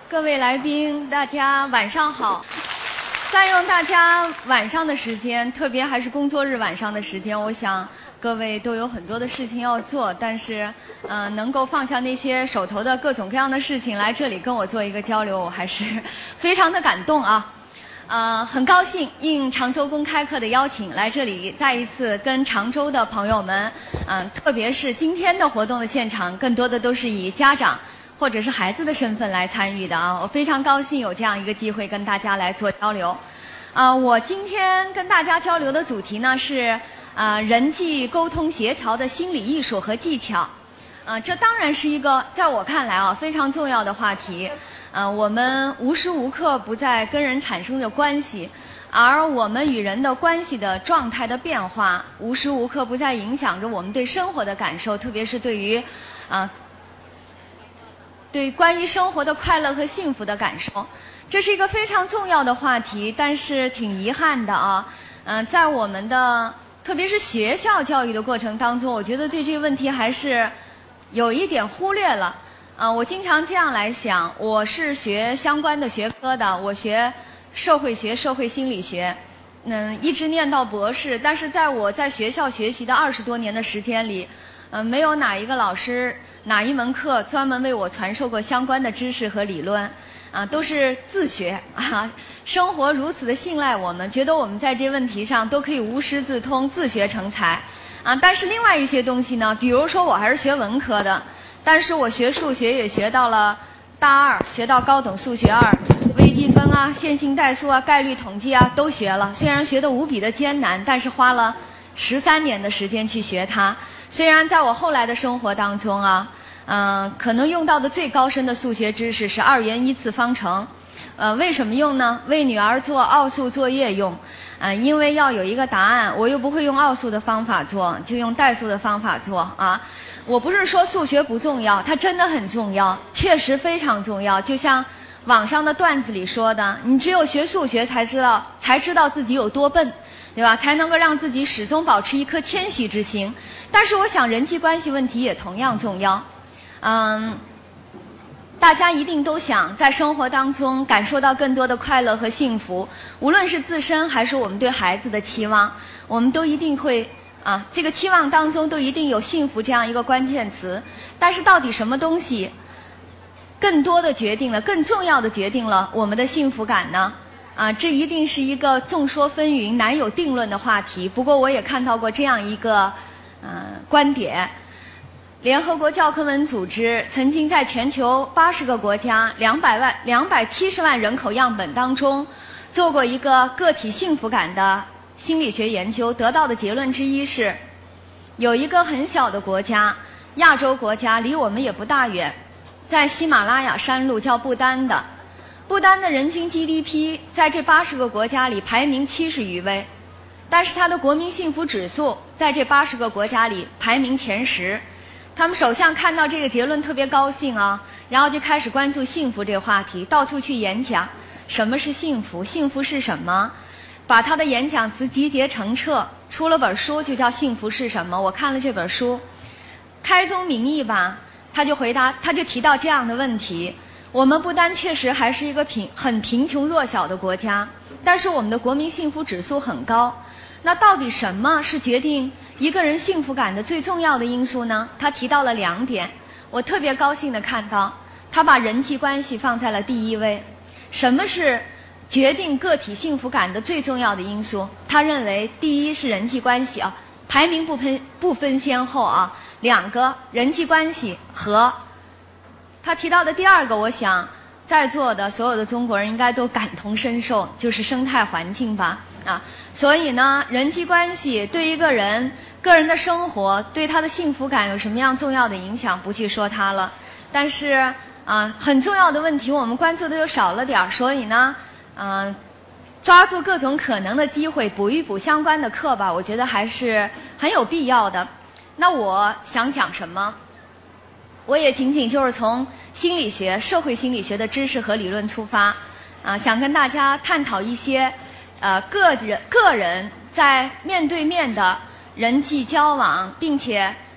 各位来宾，大家晚上好。占用大家晚上的时间，特别还是工作日晚上的时间，我想各位都有很多的事情要做，但是，能够放下那些手头的各种各样的事情来这里跟我做一个交流，我还是非常的感动啊。很高兴应常州公开课的邀请，来这里再一次跟常州的朋友们，特别是今天的活动的现场，更多的都是以家长或者是孩子的身份来参与的啊，我非常高兴有这样一个机会跟大家来做交流。我今天跟大家交流的主题呢是人际沟通协调的心理艺术和技巧。这当然是一个在我看来非常重要的话题。我们无时无刻不在跟人产生着关系，而我们与人的关系的状态的变化，无时无刻不在影响着我们对生活的感受，特别是对于对关于生活的快乐和幸福的感受。这是一个非常重要的话题，但是挺遗憾的啊。在我们的特别是学校教育的过程当中，我觉得对这个问题还是有一点忽略了。我经常这样来想，我是学相关的学科的，我学社会学、社会心理学，一直念到博士。但是在我在学校学习的20多年的时间里，没有哪一个老师、哪一门课专门为我传授过相关的知识和理论，都是自学啊。生活如此的信赖我们，觉得我们在这问题上都可以无师自通、自学成才啊。但是另外一些东西呢，比如说我还是学文科的。但是我学数学也学到了大2，学到高等数学2，微积分啊、线性代数啊、概率统计啊都学了。虽然学得无比的艰难，但是花了13年的时间去学它。虽然在我后来的生活当中可能用到的最高深的数学知识是2元一次方程。为什么用呢？为女儿做奥数作业用。因为要有一个答案，我又不会用奥数的方法做，就用代数的方法做啊。我不是说数学不重要，它真的很重要，确实非常重要。就像网上的段子里说的，你只有学数学才知道自己有多笨，对吧？才能够让自己始终保持一颗谦虚之心。但是我想人际关系问题也同样重要。大家一定都想在生活当中感受到更多的快乐和幸福，无论是自身还是我们对孩子的期望，我们都一定会这个期望当中都一定有幸福这样一个关键词。但是到底什么东西更多的决定了、更重要的决定了我们的幸福感呢？这一定是一个众说纷纭、难有定论的话题。不过我也看到过这样一个观点。联合国教科文组织曾经在全球80个国家270万人口样本当中做过一个个体幸福感的心理学研究，得到的结论之一是，有一个很小的国家，亚洲国家，离我们也不大远，在喜马拉雅山麓，叫不丹的。不丹的人均 GDP 在这80个国家里排名70余位，但是它的国民幸福指数在这80个国家里排名前10。他们首相看到这个结论特别高兴然后就开始关注幸福这个话题，到处去演讲。什么是幸福？幸福是什么？把他的演讲词集结成册，出了本书，就叫《幸福是什么》。我看了这本书，开宗明义吧，他就提到这样的问题：我们不丹确实还是一个很贫穷弱小的国家，但是我们的国民幸福指数很高。那到底什么是决定一个人幸福感的最重要的因素呢？他提到了2点，我特别高兴地看到，他把人际关系放在了第一位。什么是决定个体幸福感的最重要的因素？他认为第一是人际关系排名不分先后2个人际关系和他提到的第2个，我想在座的所有的中国人应该都感同身受，就是生态环境吧所以呢，人际关系对一个人个人的生活，对他的幸福感有什么样重要的影响，不去说它了。但是很重要的问题我们关注的又少了点，所以呢抓住各种可能的机会补一补相关的课吧，我觉得还是很有必要的。那我想讲什么？我也仅仅就是从心理学、社会心理学的知识和理论出发想跟大家探讨一些个人在面对面的人际交往，并且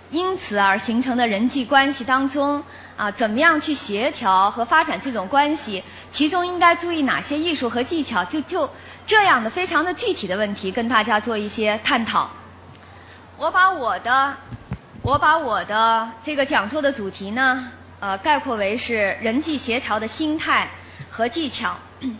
因此而形成的人际关系当中怎么样去协调和发展这种关系，其中应该注意哪些艺术和技巧，就这样的非常的具体的问题跟大家做一些探讨。我把我的这个讲座的主题呢概括为是人际协调的心态和技巧。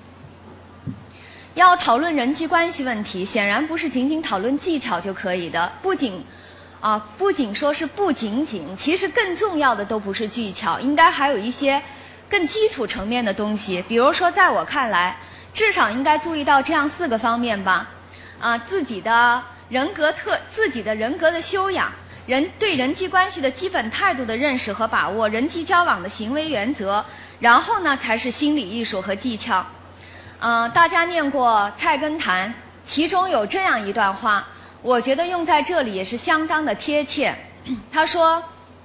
要讨论人际关系问题，显然不是仅仅讨论技巧就可以的。不仅说是不仅仅，其实更重要的都不是技巧，应该还有一些更基础层面的东西。比如说，在我看来，至少应该注意到这样4个方面吧。自己的人格的修养，对人际关系的基本态度的认识和把握，人际交往的行为原则，然后呢才是心理艺术和技巧。大家念过《菜根谭》，其中有这样一段话，我觉得用在这里也是相当的贴切。他说：“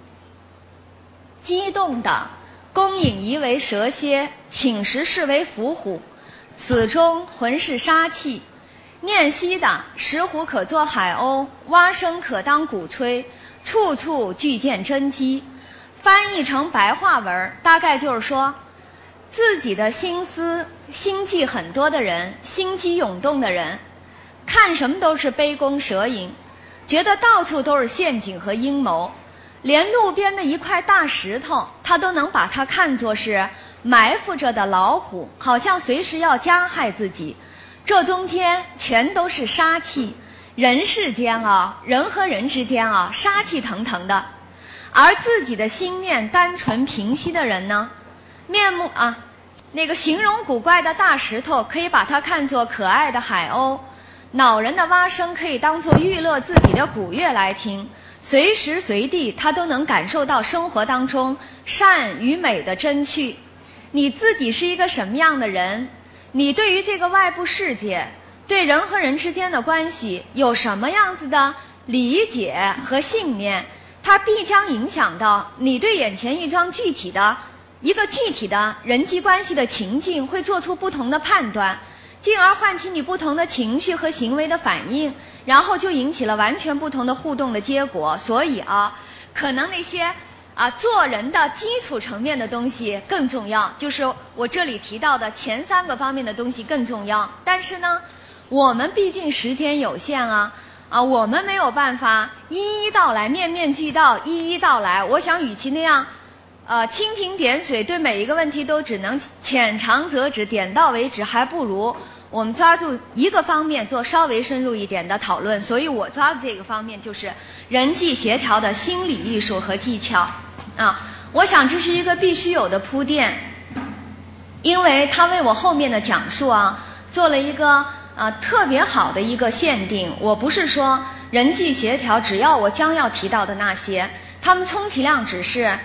激动的，恭引夷为蛇蝎，请食士为伏虎，此中浑是杀气。念兮的，石虎可作海鸥，蛙声可当鼓吹，处处俱见真机。”翻译成白话文，大概就是说，自己的心思心计很多的人，心机涌动的人，看什么都是杯弓蛇影，觉得到处都是陷阱和阴谋，连路边的一块大石头，他都能把它看作是埋伏着的老虎，好像随时要加害自己。这中间全都是杀气，人世间人和人之间杀气腾腾的。而自己的心念单纯平息的人呢，面目那个形容古怪的大石头，可以把它看作可爱的海鸥，恼人的蛙声可以当作娱乐自己的古乐来听，随时随地他都能感受到生活当中善与美的真趣。你自己是一个什么样的人，你对于这个外部世界，对人和人之间的关系有什么样子的理解和信念，它必将影响到你对眼前一个具体的人际关系的情境会做出不同的判断，进而唤起你不同的情绪和行为的反应，然后就引起了完全不同的互动的结果。所以可能那些做人的基础层面的东西更重要，就是我这里提到的前3个方面的东西更重要。但是呢，我们毕竟时间有限我们没有办法一一道来，面面俱到，一一道来。我想与其那样蜻蜓点水，对每一个问题都只能浅尝辄止，点到为止，还不如我们抓住一个方面做稍微深入一点的讨论。所以我抓的这个方面就是人际协调的心理艺术和技巧我想这是一个必须有的铺垫，因为它为我后面的讲述做了一个特别好的一个限定。我不是说人际协调只要我将要提到的那些，它们充其量只是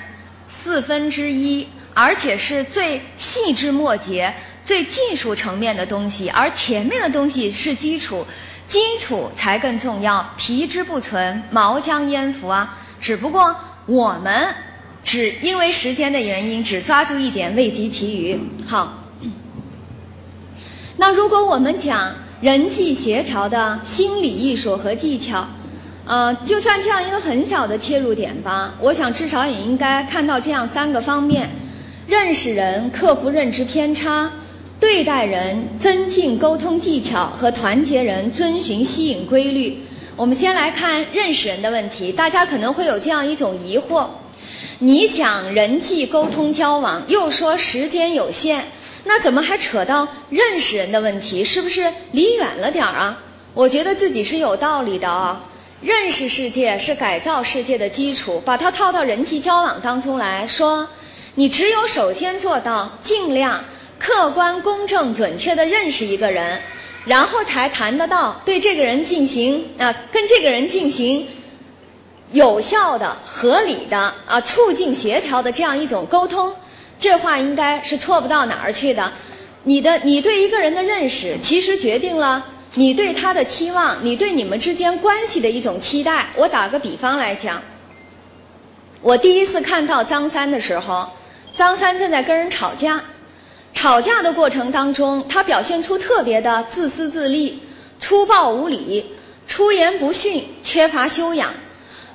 1/4，而且是最细枝末节、最技术层面的东西，而前面的东西是基础，基础才更重要。皮之不存，毛将焉附只不过我们只因为时间的原因，只抓住一点，未及其余。好，那如果我们讲人际协调的心理艺术和技巧，就算这样一个很小的切入点吧，我想至少也应该看到这样3个方面：认识人，克服认知偏差；对待人，增进沟通技巧；和团结人，遵循吸引规律。我们先来看认识人的问题，大家可能会有这样一种疑惑：你讲人际沟通交往，又说时间有限，那怎么还扯到认识人的问题？是不是离远了点我觉得自己是有道理的认识世界是改造世界的基础，把它套到人际交往当中来说，你只有首先做到尽量客观、公正、准确地认识一个人，然后才谈得到对这个人进行跟这个人进行有效的、合理的促进协调的这样一种沟通。这话应该是错不到哪儿去的。你对一个人的认识，其实决定了你对他的期望，你对你们之间关系的一种期待。我打个比方来讲，我第一次看到张三的时候，张三正在跟人吵架，吵架的过程当中，他表现出特别的自私自利、粗暴无礼、出言不逊、缺乏修养。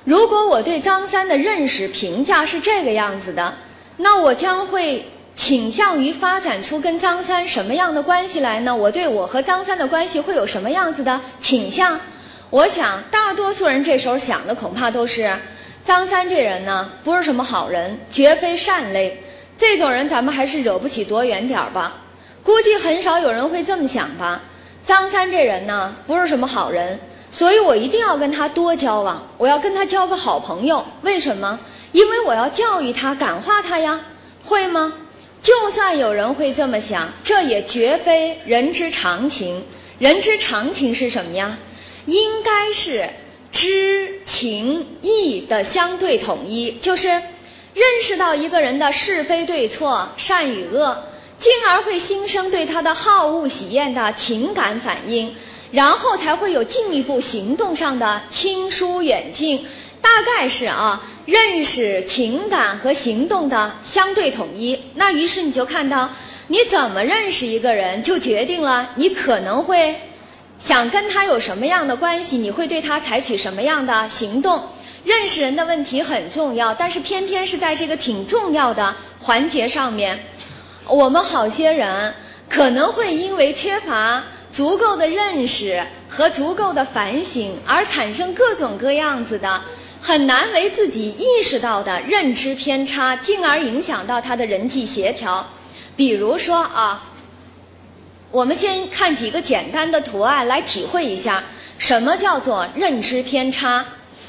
如果我对张三的认识评价是这个样子的，那我将会倾向于发展出跟张三什么样的关系来呢？我对我和张三的关系会有什么样子的倾向？我想大多数人这时候想的恐怕都是张三这人呢不是什么好人，绝非善类，这种人咱们还是惹不起多远点吧。估计很少有人会这么想吧。张三这人呢不是什么好人，所以我一定要跟他多交往，我要跟他交个好朋友。为什么？因为我要教育他，感化他呀。会吗？就算有人会这么想，这也绝非人之常情。人之常情是什么呀？应该是知情意的相对统一，就是认识到一个人的是非对错、善与恶，进而会心生对他的好恶喜厌的情感反应，然后才会有进一步行动上的亲疏远近。大概是认识情感和行动的相对统一。那于是你就看到，你怎么认识一个人，就决定了你可能会想跟他有什么样的关系，你会对他采取什么样的行动。认识人的问题很重要，但是偏偏是在这个挺重要的环节上面，我们好些人可能会因为缺乏足够的认识和足够的反省，而产生各种各样子的很难为自己意识到的认知偏差，进而影响到他的人际协调。比如说我们先看几个简单的图案来体会一下什么叫做认知偏差。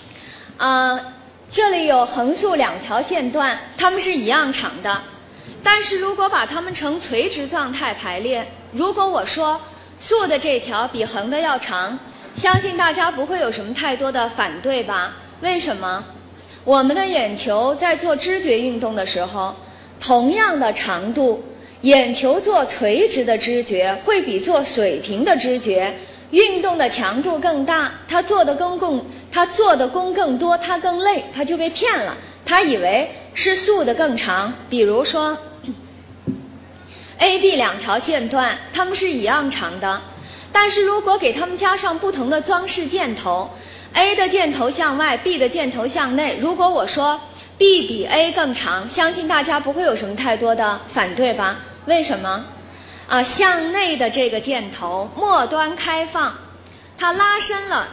这里有横竖两条线段，它们是一样长的，但是如果把它们呈垂直状态排列，如果我说竖的这条比横的要长，相信大家不会有什么太多的反对吧？为什么？我们的眼球在做知觉运动的时候，同样的长度，眼球做垂直的知觉会比做水平的知觉运动的强度更大，他做的功更多，他更累，他就被骗了，他以为是竖的更长。比如说 A、B 两条线段，它们是一样长的，但是如果给它们加上不同的装饰箭头， A 的箭头向外， B 的箭头向内，如果我说 B 比 A 更长，相信大家不会有什么太多的反对吧？为什么？向内的这个箭头末端开放，它拉伸了，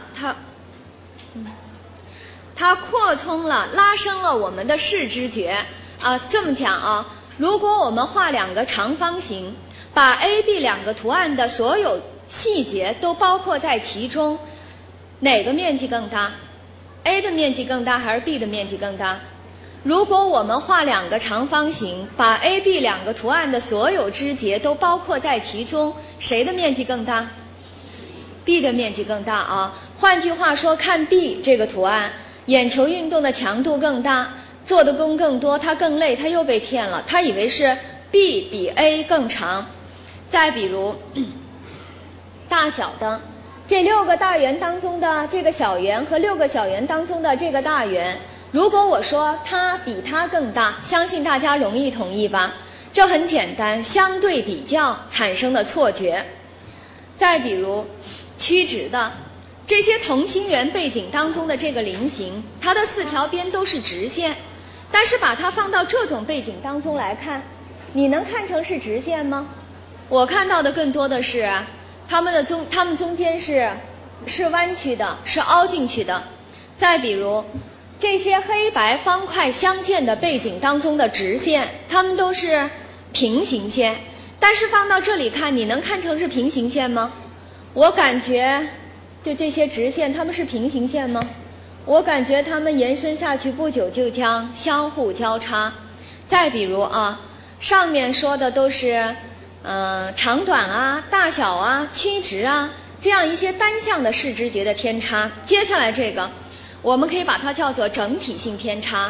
它扩充了，拉伸了我们的视知觉。这么讲如果我们画两个长方形，把 A、B 两个图案的所有细节都包括在其中，哪个面积更大？ A 的面积更大还是 B 的面积更大？如果我们画两个长方形，把 A、B 两个图案的所有枝节都包括在其中，谁的面积更大？ B 的面积更大换句话说，看 B 这个图案，眼球运动的强度更大，做的功更多，他更累，他又被骗了，他以为是 B 比 A 更长。再比如大小的这6个大圆当中的这个小圆和6个小圆当中的这个大圆，如果我说它比它更大，相信大家容易同意吧？这很简单，相对比较产生的错觉。再比如曲直的这些同心圆背景当中的这个菱形，它的4条边都是直线，但是把它放到这种背景当中来看，你能看成是直线吗？我看到的更多的是它们中间是弯曲的，是凹进去的。再比如这些黑白方块相间的背景当中的直线，它们都是平行线，但是放到这里看，你能看成是平行线吗？我感觉就这些直线，它们是平行线吗？我感觉它们延伸下去不久就将相互交叉。再比如上面说的都是长短大小曲直这样一些单向的视知觉的偏差。接下来这个我们可以把它叫做整体性偏差，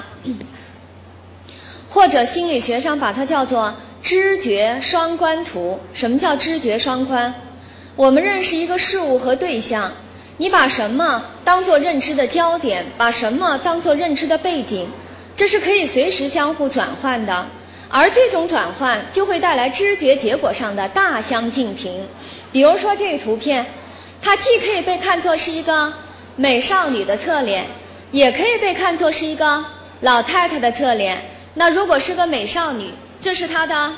或者心理学上把它叫做知觉双关图。什么叫知觉双关？我们认识一个事物和对象，你把什么当作认知的焦点，把什么当作认知的背景，这是可以随时相互转换的，而这种转换就会带来知觉结果上的大相径庭。比如说这个图片，它既可以被看作是一个美少女的侧脸， 也可以被看作是一个老太太的侧脸。那如果是个美少女，这是她的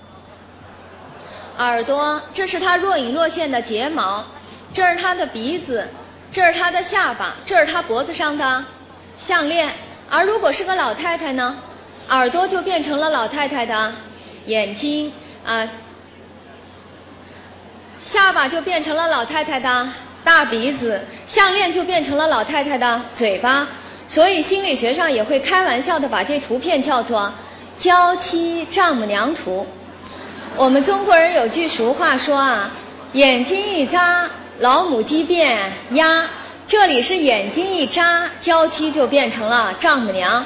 耳朵，这是她若隐若现的睫毛，这是她的鼻子，这是她的下巴，这是她脖子上的项链。而如果是个老太太呢，耳朵就变成了老太太的眼睛下巴就变成了老太太的大鼻子，项链就变成了老太太的嘴巴。所以心理学上也会开玩笑的把这图片叫做娇妻丈母娘图。我们中国人有句俗话说眼睛一眨老母鸡变鸭，这里是眼睛一眨娇妻就变成了丈母娘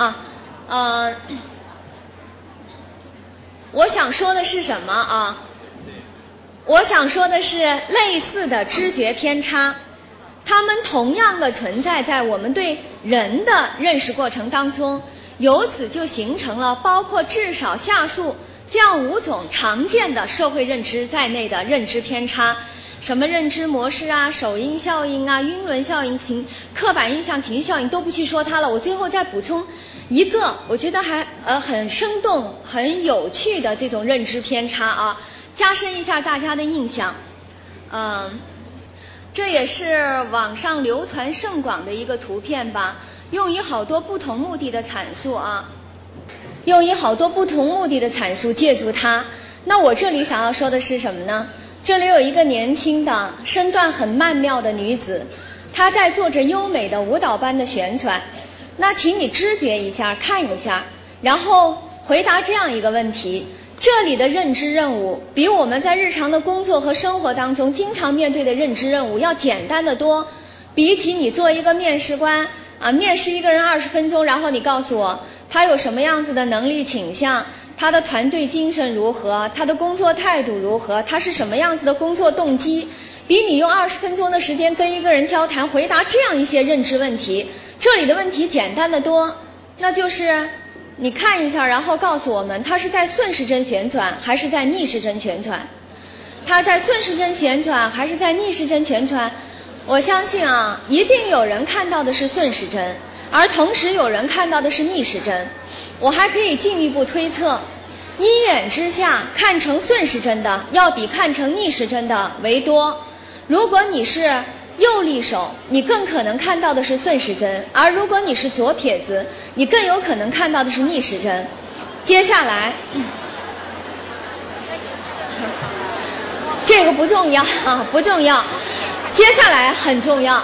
我想说的是什么我想说的是类似的知觉偏差，它们同样的存在在我们对人的认识过程当中，由此就形成了包括至少下述这样5种常见的社会认知在内的认知偏差。什么认知模式首因效应晕轮效应、刻板印象、情绪效应都不去说它了。我最后再补充一个我觉得还很生动很有趣的这种认知偏差加深一下大家的印象。这也是网上流传甚广的一个图片吧，用以好多不同目的的阐述借助它。那我这里想要说的是什么呢？这里有一个年轻的身段很曼妙的女子，她在做着优美的舞蹈般的旋转。那请你知觉一下，看一下，然后回答这样一个问题：这里的认知任务比我们在日常的工作和生活当中经常面对的认知任务要简单得多。比起你做一个面试官面试一个人20分钟，然后你告诉我他有什么样子的能力倾向，他的团队精神如何，他的工作态度如何，他是什么样子的工作动机，比你用20分钟的时间跟一个人交谈回答这样一些认知问题，这里的问题简单得多。那就是你看一下，然后告诉我们它是在顺时针旋转还是在逆时针旋转，它在顺时针旋转还是在逆时针旋转。我相信一定有人看到的是顺时针，而同时有人看到的是逆时针。我还可以进一步推测，一眼之下看成顺时针的要比看成逆时针的为多。如果你是右利手，你更可能看到的是顺时针，而如果你是左撇子，你更有可能看到的是逆时针。接下来这个不重要不重要，接下来很重要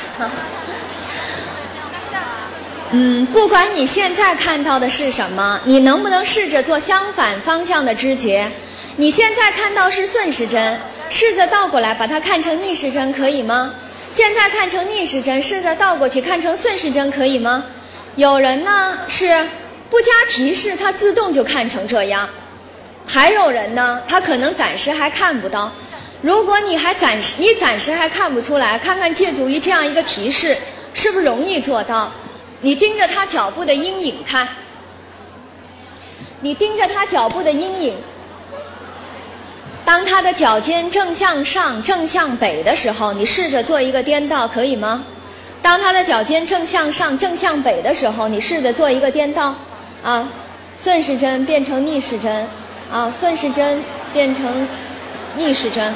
不管你现在看到的是什么，你能不能试着做相反方向的知觉？你现在看到是顺时针，试着倒过来把它看成逆时针，可以吗？现在看成逆时针，试着倒过去看成顺时针，可以吗？有人呢是不加提示，他自动就看成这样；还有人呢，他可能暂时还看不到。如果你暂时还看不出来，看看借助于这样一个提示，是不是容易做到？你盯着他脚步的阴影看，你盯着他脚步的阴影。当他的脚尖正向上、正向北的时候，你试着做一个颠倒，可以吗？当他的脚尖正向上、正向北的时候，你试着做一个颠倒顺时针变成逆时针顺时针变成逆时针。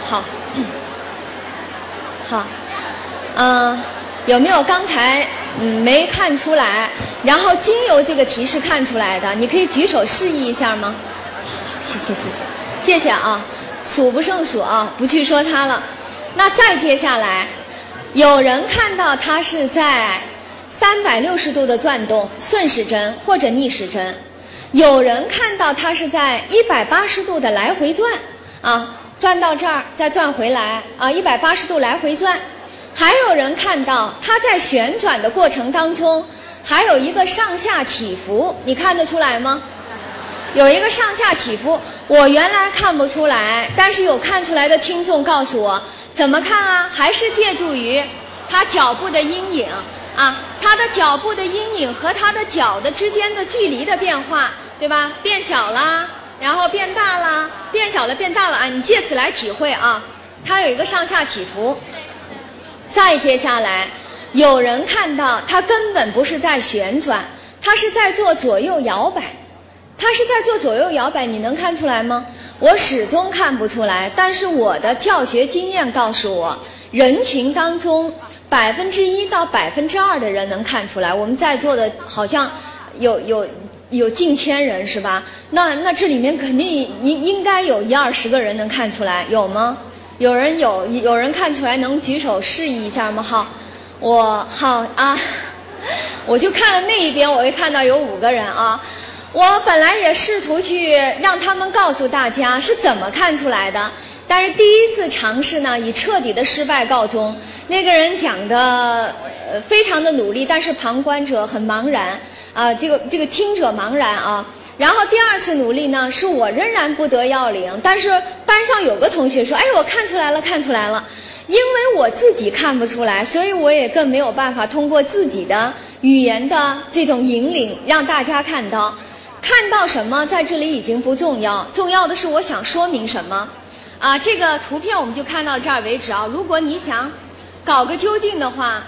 好有没有刚才没看出来，然后经由这个提示看出来的？你可以举手示意一下吗？谢谢数不胜数不去说它了。那再接下来，有人看到它是在360度的转动，顺时针或者逆时针；有人看到它是在180度的来回转转到这儿再转回来180度来回转；还有人看到它在旋转的过程当中还有一个上下起伏，你看得出来吗？有一个上下起伏，我原来看不出来，但是有看出来的听众告诉我，怎么看还是借助于他脚步的阴影他的脚步的阴影和他的脚的之间的距离的变化，对吧？变小啦，然后变大啦，变小了变大了你借此来体会它有一个上下起伏。再接下来有人看到它根本不是在旋转，它是在做左右摇摆。它是在做左右摇摆，你能看出来吗？我始终看不出来，但是我的教学经验告诉我，人群当中1%到2%的人能看出来。我们在座的好像有近千人是吧？那这里面肯定应该有10-20个人能看出来，有吗？有人看出来能举手示意一下吗？好，我就看了那一边，我会看到有5个人啊。我本来也试图去让他们告诉大家是怎么看出来的，但是第一次尝试呢，以彻底的失败告终。那个人讲的非常的努力，但是旁观者很茫然啊，这个听者茫然啊。然后第2次努力呢，是我仍然不得要领，但是班上有个同学说：“哎，我看出来了，看出来了。”因为我自己看不出来，所以我也更没有办法通过自己的语言的这种引领，让大家看到。看到什么在这里已经不重要，重要的是我想说明什么啊。这个图片我们就看到这儿为止啊。如果你想搞个究竟的话，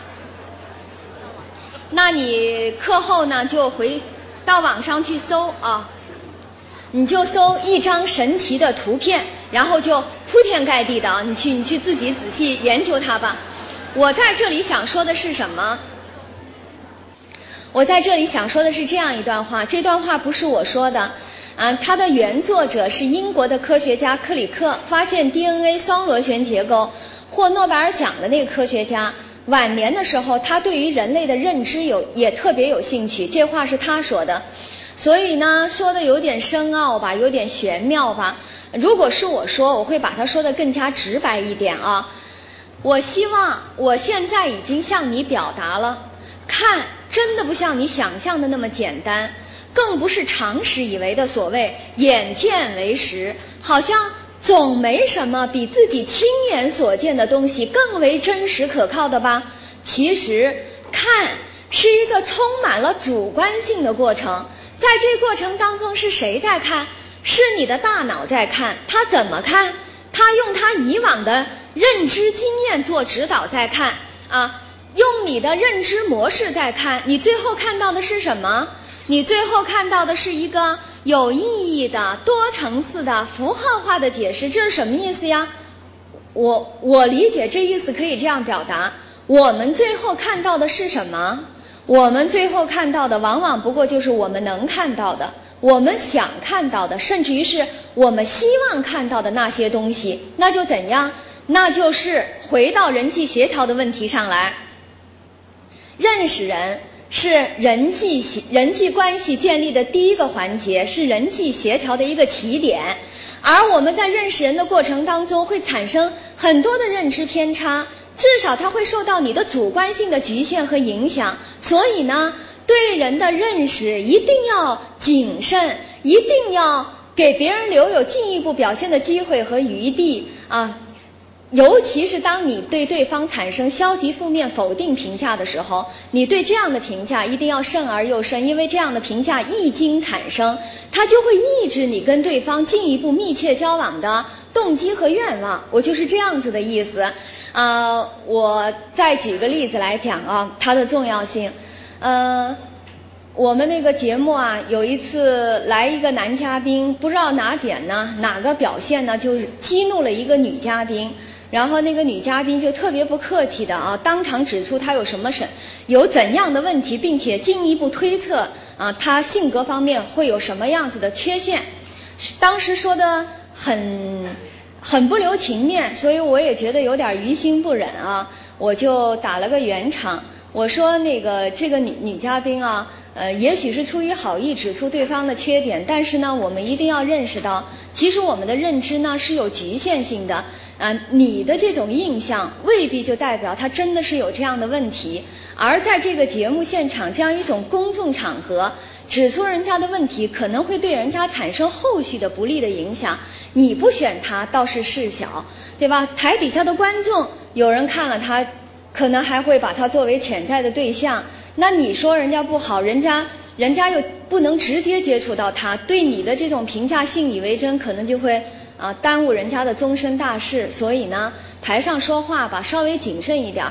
那你课后呢就回到网上去搜啊，你就搜一张神奇的图片，然后就铺天盖地的啊，你去自己仔细研究它吧。我在这里想说的是什么？我在这里想说的是这样一段话，这段话不是我说的，它的原作者是英国的科学家克里克，发现 DNA 双螺旋结构，获诺贝尔奖的那个科学家。晚年的时候，他对于人类的认知也特别有兴趣，这话是他说的，所以呢，说的有点深奥吧，有点玄妙吧。如果是我说，我会把它说得更加直白一点啊。我希望我现在已经向你表达了，看真的不像你想象的那么简单，更不是常识以为的所谓眼见为实，好像总没什么比自己亲眼所见的东西更为真实可靠的吧。其实看是一个充满了主观性的过程，在这过程当中是谁在看？是你的大脑在看。它怎么看？它用它以往的认知经验做指导在看啊，用你的认知模式在看。你最后看到的是什么？你最后看到的是一个有意义的多层次的符号化的解释。这是什么意思呀？我理解这意思可以这样表达，我们最后看到的是什么？我们最后看到的往往不过就是我们能看到的，我们想看到的，甚至于是我们希望看到的那些东西。那就怎样？那就是回到人际协调的问题上来。认识人是人际关系建立的第一个环节，是人际协调的一个起点。而我们在认识人的过程当中会产生很多的认知偏差，至少它会受到你的主观性的局限和影响。所以呢，对人的认识一定要谨慎，一定要给别人留有进一步表现的机会和余地啊。尤其是当你对对方产生消极、负面、否定评价的时候，你对这样的评价一定要慎而又慎，因为这样的评价一经产生，它就会抑制你跟对方进一步密切交往的动机和愿望。我就是这样子的意思。我再举个例子来讲啊，它的重要性。我们那个节目啊，有一次来一个男嘉宾，不知道哪点呢，哪个表现呢，就是激怒了一个女嘉宾。然后那个女嘉宾就特别不客气的啊，当场指出她有怎样的问题，并且进一步推测啊，她性格方面会有什么样子的缺陷。当时说的很不留情面，所以我也觉得有点于心不忍啊，我就打了个圆场。我说这个女嘉宾啊，也许是出于好意指出对方的缺点，但是呢，我们一定要认识到，其实我们的认知呢是有局限性的。你的这种印象未必就代表他真的是有这样的问题，而在这个节目现场这样一种公众场合，指出人家的问题可能会对人家产生后续的不利的影响。你不选他倒是事小，对吧？台底下的观众有人看了他，可能还会把他作为潜在的对象。那你说人家不好，人家又不能直接接触到他，对你的这种评价信以为真，可能就会耽误人家的终身大事。所以呢，台上说话吧，稍微谨慎一点。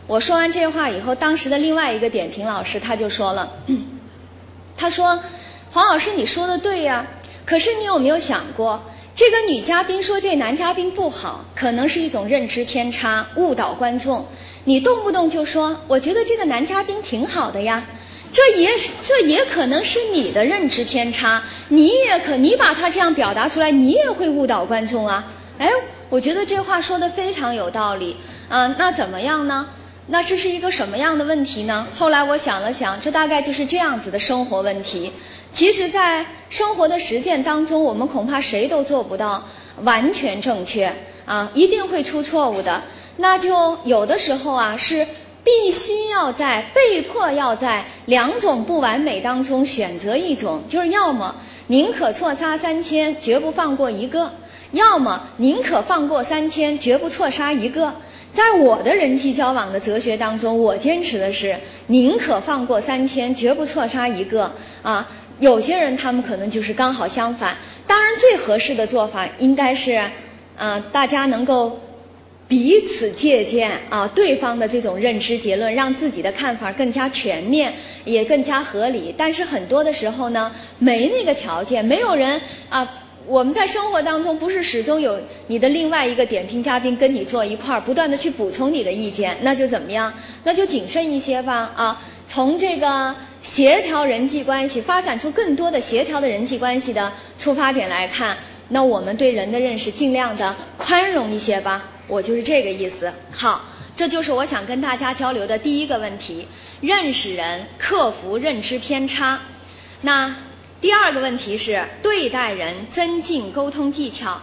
我说完这话以后，当时的另外一个点评老师他就说了，他说：“黄老师你说的对呀，可是你有没有想过，这个女嘉宾说这男嘉宾不好，可能是一种认知偏差，误导观众。你动不动就说，我觉得这个男嘉宾挺好的呀。”这也可能是你的认知偏差，你把它这样表达出来，你也会误导观众啊。哎，我觉得这话说得非常有道理啊。那怎么样呢？那这是一个什么样的问题呢？后来我想了想，这大概就是这样子的生活问题。其实在生活的实践当中，我们恐怕谁都做不到完全正确啊，一定会出错误的。那就有的时候啊是必须被迫要在两种不完美当中选择一种，就是要么宁可错杀3000，绝不放过一个，要么宁可放过3000，绝不错杀一个。在我的人际交往的哲学当中，我坚持的是宁可放过3000，绝不错杀一个啊。有些人他们可能就是刚好相反。当然最合适的做法应该是大家能够彼此借鉴啊对方的这种认知结论，让自己的看法更加全面，也更加合理。但是很多的时候呢，没那个条件，没有人啊。我们在生活当中不是始终有你的另外一个点评嘉宾跟你坐一块儿，不断的去补充你的意见，那就怎么样？那就谨慎一些吧啊！从这个协调人际关系，发展出更多的协调的人际关系的出发点来看，那我们对人的认识尽量的宽容一些吧。我就是这个意思。好，这就是我想跟大家交流的第一个问题：认识人，克服认知偏差。那第二个问题是对待人，增进沟通技巧。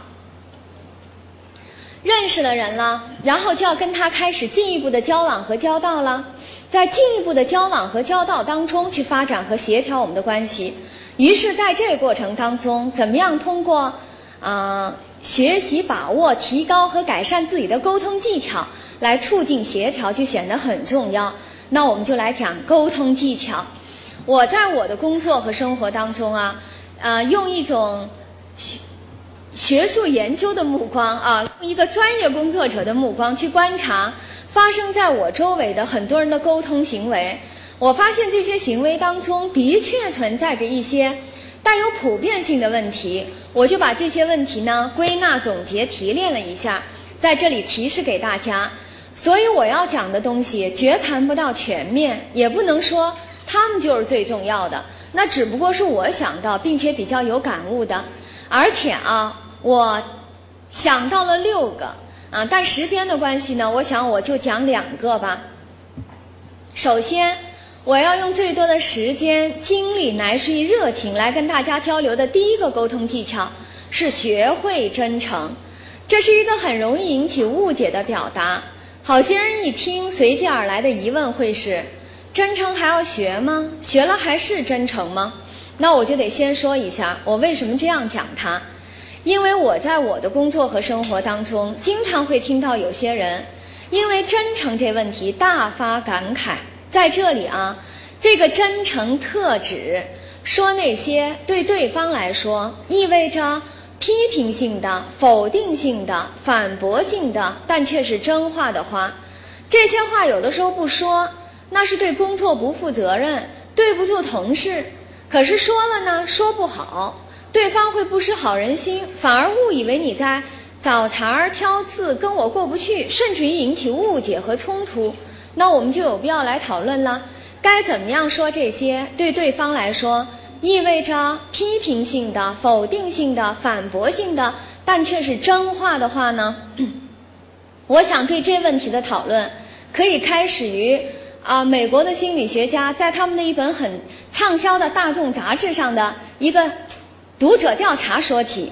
认识了人了，然后就要跟他开始进一步的交往和交道了，在进一步的交往和交道当中去发展和协调我们的关系。于是在这个过程当中，怎么样通过学习把握提高和改善自己的沟通技巧来促进协调，就显得很重要。那我们就来讲沟通技巧。我在我的工作和生活当中用一种学术研究的目光用一个专业工作者的目光去观察发生在我周围的很多人的沟通行为。我发现这些行为当中的确存在着一些带有普遍性的问题，我就把这些问题呢归纳总结提炼了一下，在这里提示给大家。所以我要讲的东西绝谈不到全面，也不能说他们就是最重要的，那只不过是我想到并且比较有感悟的。而且我想到了6个但时间的关系呢，我想我就讲2个吧。首先我要用最多的时间精力乃至于热情来跟大家交流的第一个沟通技巧是学会真诚。这是一个很容易引起误解的表达，好些人一听随即而来的疑问会是：真诚还要学吗？学了还是真诚吗？那我就得先说一下我为什么这样讲它。因为我在我的工作和生活当中经常会听到有些人因为真诚这问题大发感慨。在这里这个真诚特指说那些对对方来说意味着批评性的、否定性的、反驳性的，但却是真话的话。这些话有的时候不说，那是对工作不负责任，对不住同事。可是说了呢，说不好，对方会不识好人心，反而误以为你在找茬儿挑刺，跟我过不去，甚至于引起误解和冲突。那我们就有必要来讨论了，该怎么样说这些对对方来说意味着批评性的、否定性的、反驳性的，但却是真话的话呢？我想对这问题的讨论可以开始于美国的心理学家在他们的一本很畅销的大众杂志上的一个读者调查说起。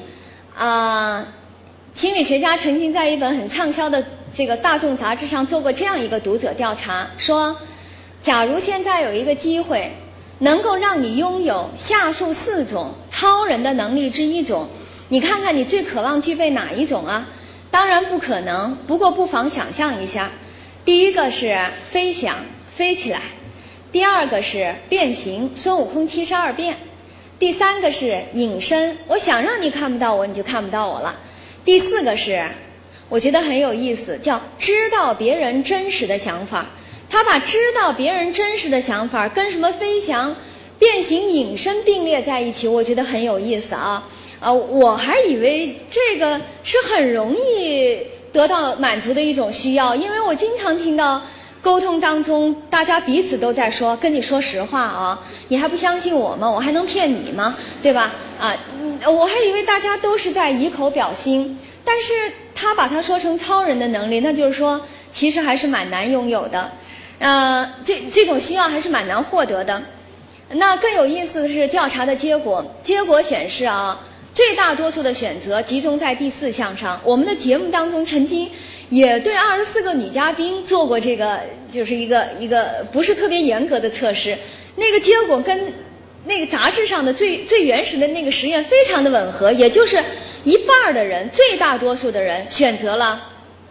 心理学家曾经在一本很畅销的这个大众杂志上做过这样一个读者调查，说假如现在有一个机会能够让你拥有下述4种超人的能力之一种，你看看你最渴望具备哪一种啊？当然不可能，不过不妨想象一下。第一个是飞翔，飞起来；第二个是变形，孙悟空72变；第3个是隐身，我想让你看不到我，你就看不到我了；第4个是我觉得很有意思，叫知道别人真实的想法。 他把知道别人真实的想法跟什么飞翔、变形、隐身并列在一起，我觉得很有意思啊。我还以为这个是很容易得到满足的一种需要，因为我经常听到沟通当中大家彼此都在说，跟你说实话啊，你还不相信我吗？我还能骗你吗？对吧？我还以为大家都是在以口表心，但是他把它说成超人的能力，那就是说其实还是蛮难拥有的。这种希望还是蛮难获得的。那更有意思的是调查的结果显示啊，最大多数的选择集中在第4项上。我们的节目当中曾经也对24个女嘉宾做过这个，就是一个不是特别严格的测试，那个结果跟那个杂志上的最原始的那个实验非常的吻合，也就是一半的人，最大多数的人选择了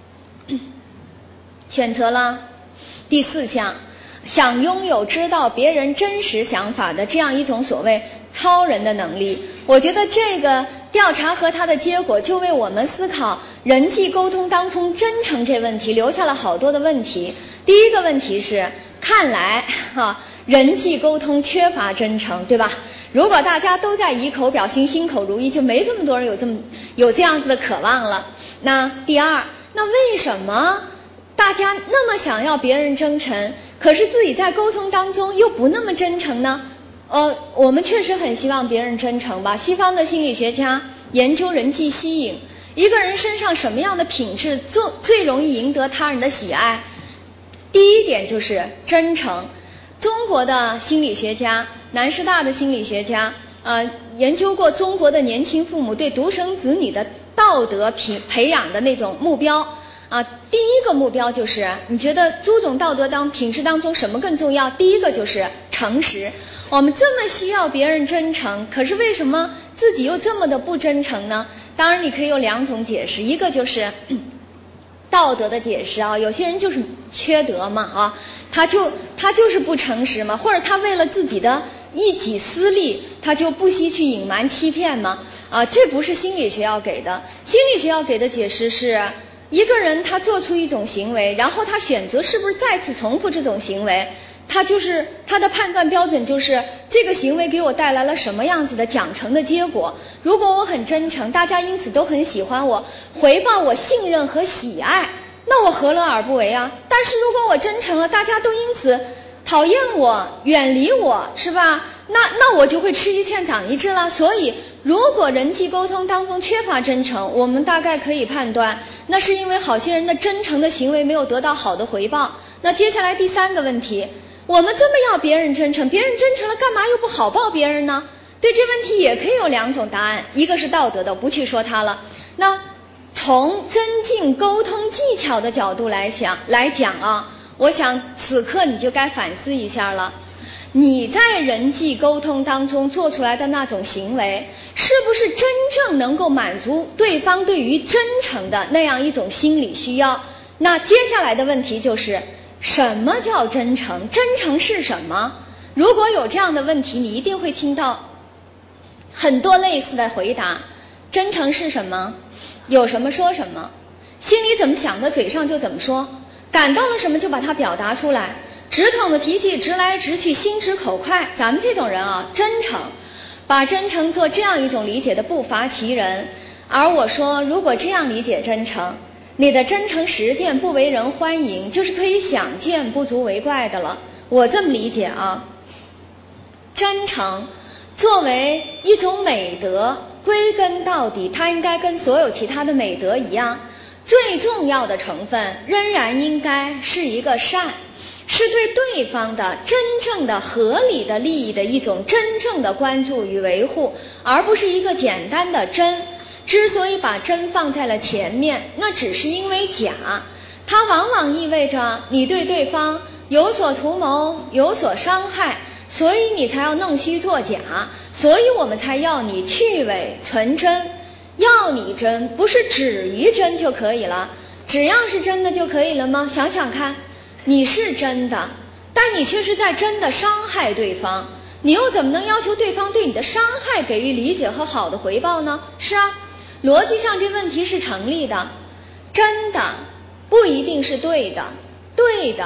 第4项，想拥有知道别人真实想法的这样一种所谓超人的能力。我觉得这个调查和它的结果就为我们思考人际沟通当中真诚这问题留下了好多的问题。第一个问题是，看来人际沟通缺乏真诚，对吧？如果大家都在以口表心、心口如一，就没这么多人有这样子的渴望了。那第二，那为什么大家那么想要别人真诚，可是自己在沟通当中又不那么真诚呢？我们确实很希望别人真诚吧。西方的心理学家研究人际吸引，一个人身上什么样的品质最容易赢得他人的喜爱？第一点就是真诚。中国的心理学家，南师大的心理学家，研究过中国的年轻父母对独生子女的道德培养的那种目标。第一个目标就是，你觉得诸种道德品质当中什么更重要？第一个就是诚实。我们这么需要别人真诚，可是为什么自己又这么的不真诚呢？当然你可以有2种解释，一个就是道德的解释啊，有些人就是缺德嘛他就是不诚实嘛，或者他为了自己的一己私利，他就不惜去隐瞒欺骗嘛这不是心理学要给的。心理学要给的解释是，一个人他做出一种行为，然后他选择是不是再次重复这种行为，他的判断标准就是这个行为给我带来了什么样子的奖惩的结果。如果我很真诚，大家因此都很喜欢我，回报我信任和喜爱，那我何乐而不为啊？但是如果我真诚了，大家都因此讨厌我、远离我，是吧？那我就会吃一堑长一智了。所以如果人际沟通当中缺乏真诚，我们大概可以判断，那是因为好些人的真诚的行为没有得到好的回报。那接下来第3个问题，我们这么要别人真诚，别人真诚了干嘛又不好报别人呢？对这问题也可以有2种答案，一个是道德的，不去说它了。那从增进沟通技巧的角度来讲啊，我想此刻你就该反思一下了。你在人际沟通当中做出来的那种行为，是不是真正能够满足对方对于真诚的那样一种心理需要？那接下来的问题就是，什么叫真诚？真诚是什么？如果有这样的问题，你一定会听到很多类似的回答。真诚是什么？有什么说什么，心里怎么想的嘴上就怎么说，感到了什么就把它表达出来，直筒的脾气直来直去，心直口快。咱们这种人啊，真诚，把真诚做这样一种理解的不乏其人。而我说，如果这样理解真诚，你的真诚实践不为人欢迎，就是可以想见不足为怪的了。我这么理解啊，真诚作为一种美德，归根到底它应该跟所有其他的美德一样，最重要的成分仍然应该是一个善，是对对方的真正的合理的利益的一种真正的关注与维护，而不是一个简单的真。之所以把真放在了前面，那只是因为假，它往往意味着你对对方有所图谋，有所伤害，所以你才要弄虚作假，所以我们才要你去伪存真。要你真，不是止于真就可以了，只要是真的就可以了吗？想想看，你是真的，但你却是在真的伤害对方，你又怎么能要求对方对你的伤害给予理解和好的回报呢？是啊，逻辑上这问题是成立的。真的不一定是对的，对的不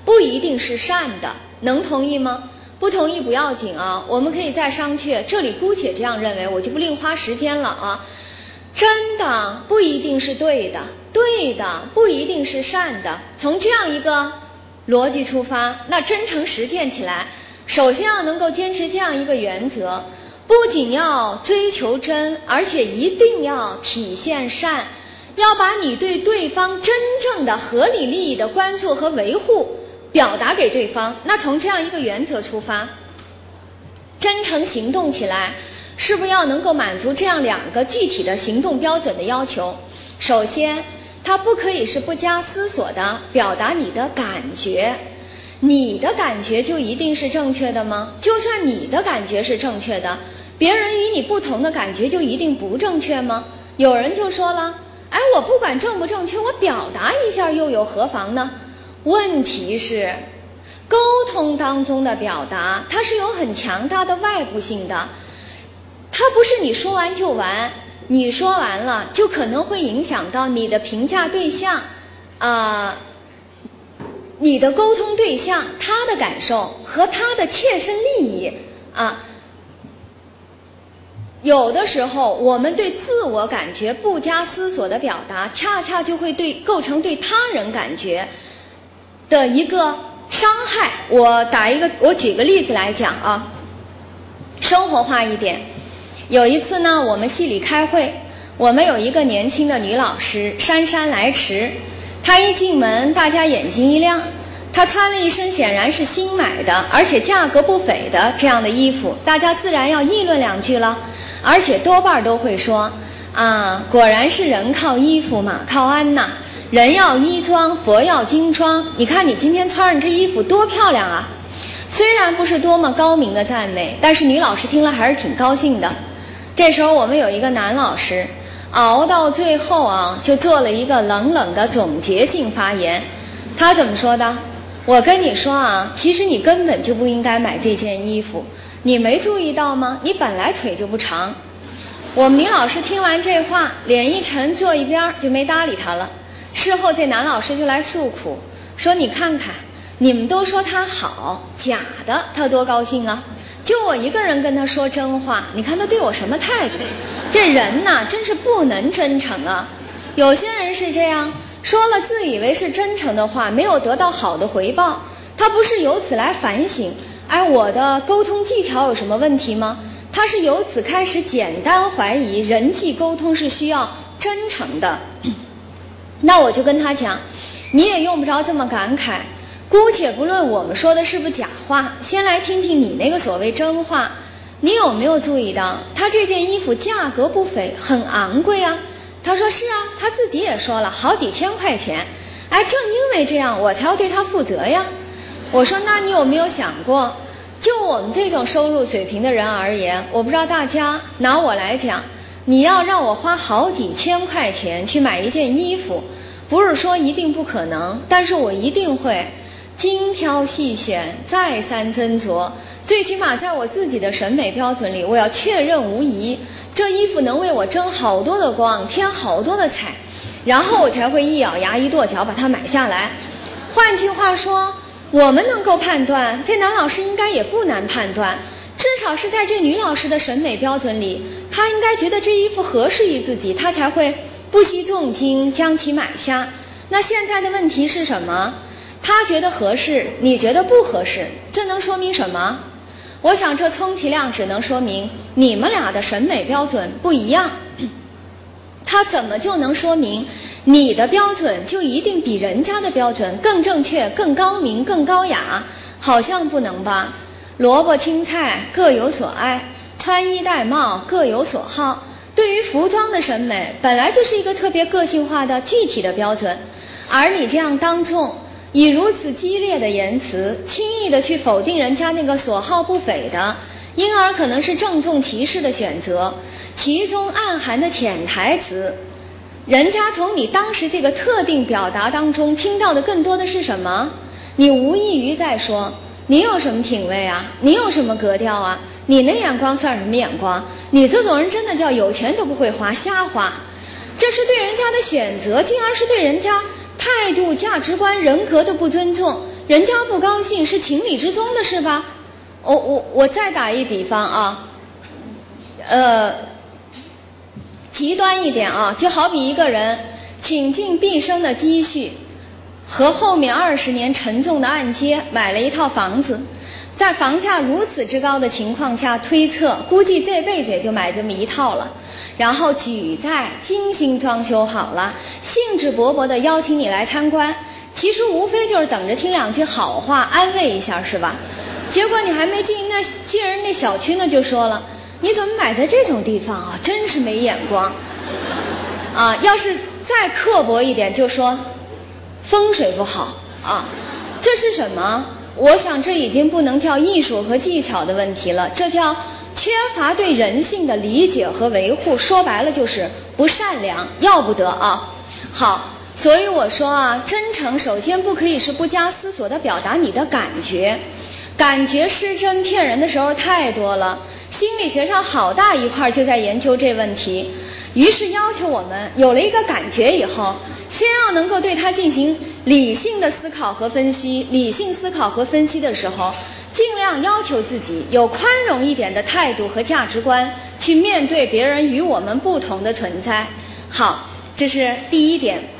不一定是善的，能同意吗？不同意不要紧啊，我们可以再商榷，这里姑且这样认为，我就不另花时间了啊。真的不一定是对的，对的不一定是善的，从这样一个逻辑出发，那真诚实践起来，首先要能够坚持这样一个原则，不仅要追求真，而且一定要体现善，要把你对对方真正的合理利益的关注和维护表达给对方。那从这样一个原则出发，真诚行动起来，是不是要能够满足这样2个具体的行动标准的要求？首先，它不可以是不加思索的表达你的感觉。你的感觉就一定是正确的吗？就算你的感觉是正确的，别人与你不同的感觉就一定不正确吗？有人就说了，哎，我不管正不正确，我表达一下又有何妨呢？问题是，沟通当中的表达，它是有很强大的外部性的，它不是你说完就完，你说完了就可能会影响到你的评价对象，你的沟通对象他的感受和他的切身利益啊。有的时候我们对自我感觉不加思索的表达，恰恰就会构成对他人感觉的一个伤害。我举个例子来讲啊，生活化一点。有一次呢，我们系里开会，我们有一个年轻的女老师姗姗来迟，她一进门大家眼睛一亮，她穿了一身显然是新买的而且价格不菲的这样的衣服，大家自然要议论2句了，而且多半都会说啊，果然是人靠衣服马靠鞍呐，人要衣装佛要金装，你看你今天穿上这衣服多漂亮啊。虽然不是多么高明的赞美，但是女老师听了还是挺高兴的。这时候我们有一个男老师熬到最后啊，就做了一个冷冷的总结性发言。他怎么说的？我跟你说啊，其实你根本就不应该买这件衣服，你没注意到吗？你本来腿就不长。我们女老师听完这话，脸一沉，坐一边就没搭理他了。事后这男老师就来诉苦，说你看看，你们都说他好，假的，他多高兴啊！就我一个人跟他说真话，你看他对我什么态度？这人呐，真是不能真诚啊！有些人是这样，说了自以为是真诚的话，没有得到好的回报，他不是由此来反省，哎，我的沟通技巧有什么问题吗？他是由此开始简单怀疑人际沟通是需要真诚的。那我就跟他讲，你也用不着这么感慨，姑且不论我们说的是不是假话，先来听听你那个所谓真话。你有没有注意到他这件衣服价格不菲，很昂贵啊？他说是啊，他自己也说了好几千块钱。哎，正因为这样我才要对他负责呀。我说那你有没有想过，就我们这种收入水平的人而言，我不知道大家，拿我来讲，你要让我花好几千块钱去买一件衣服，不是说一定不可能，但是我一定会精挑细选，再三斟酌，最起码在我自己的审美标准里，我要确认无疑，这衣服能为我争好多的光，添好多的彩，然后我才会一咬牙一跺脚把它买下来。换句话说，我们能够判断，这男老师应该也不难判断，至少是在这女老师的审美标准里，她应该觉得这衣服合适于自己，她才会不惜重金将其买下。那现在的问题是什么？他觉得合适，你觉得不合适，这能说明什么？我想这充其量只能说明你们俩的审美标准不一样。它怎么就能说明你的标准就一定比人家的标准更正确、更高明、更高雅？好像不能吧。萝卜青菜各有所爱，穿衣戴帽各有所好。对于服装的审美本来就是一个特别个性化的具体的标准，而你这样当众以如此激烈的言辞轻易的去否定人家那个所好不菲的，因而可能是郑重其事的选择，其中暗含的潜台词，人家从你当时这个特定表达当中听到的更多的是什么？你无异于在说你有什么品味啊，你有什么格调啊，你那眼光算什么眼光？你这种人真的叫有钱都不会花，瞎花。这是对人家的选择，进而是对人家态度、价值观、人格的不尊重， 人家不高兴是情理之中的事吧？我再打一比方啊，极端一点啊，就好比一个人倾尽毕生的积蓄和后面20年沉重的按揭买了一套房子，在房价如此之高的情况下推测，估计这辈子也就买这么一套了。然后举债精心装修好了，兴致勃勃地邀请你来参观，其实无非就是等着听2句好话安慰一下，是吧？结果你还没进人那小区呢，就说了，你怎么买在这种地方啊？真是没眼光啊！要是再刻薄一点，就说风水不好啊。这是什么？我想这已经不能叫艺术和技巧的问题了，这叫缺乏对人性的理解和维护。说白了就是不善良，要不得啊。好，所以我说啊，真诚首先不可以是不加思索地表达你的感觉，感觉失真骗人的时候太多了。心理学上好大一块就在研究这问题，于是要求我们有了一个感觉以后，先要能够对它进行理性的思考和分析。理性思考和分析的时候，尽量要求自己有宽容一点的态度和价值观，去面对别人与我们不同的存在。好，这是第一点。